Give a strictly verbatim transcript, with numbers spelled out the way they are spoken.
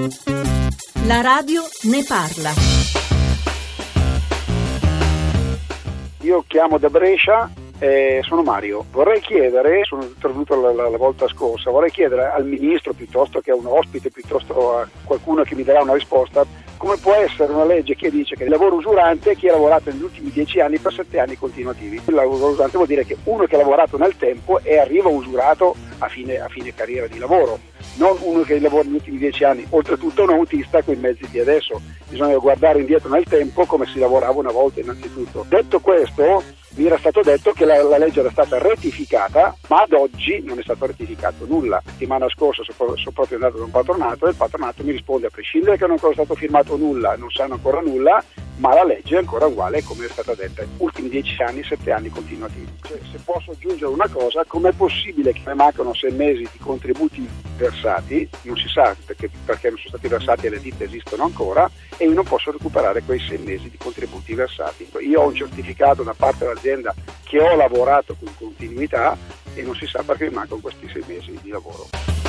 La radio ne parla. Io chiamo da Brescia, eh, sono Mario. Vorrei chiedere, sono intervenuto la, la, la volta scorsa, vorrei chiedere al ministro piuttosto che a un ospite, piuttosto a qualcuno che mi darà una risposta, come può essere una legge che dice che il lavoro usurante chi ha lavorato negli ultimi dieci anni per sette anni continuativi. Il lavoro usurante vuol dire che uno che ha lavorato nel tempo e arriva usurato a fine, a fine carriera di lavoro, non uno che lavora negli ultimi dieci anni, oltretutto un autista con i mezzi di adesso. Bisogna guardare indietro nel tempo come si lavorava una volta innanzitutto. Detto questo, mi era stato detto che la, la legge era stata rettificata, ma ad oggi non è stato rettificato nulla. La settimana scorsa sono, sono proprio andato da un patronato e il patronato mi risponde, a prescindere che non è ancora stato firmato nulla, non sanno ancora nulla, ma la legge è ancora uguale come è stata detta, ultimi dieci anni, sette anni continuativi. Cioè, se posso aggiungere una cosa, com'è possibile che mi mancano sei mesi di contributi versati, non si sa perché, perché non sono stati versati e le ditte esistono ancora, e io non posso recuperare quei sei mesi di contributi versati. Io ho un certificato da parte dell'azienda che ho lavorato con continuità e non si sa perché mi mancano questi sei mesi di lavoro.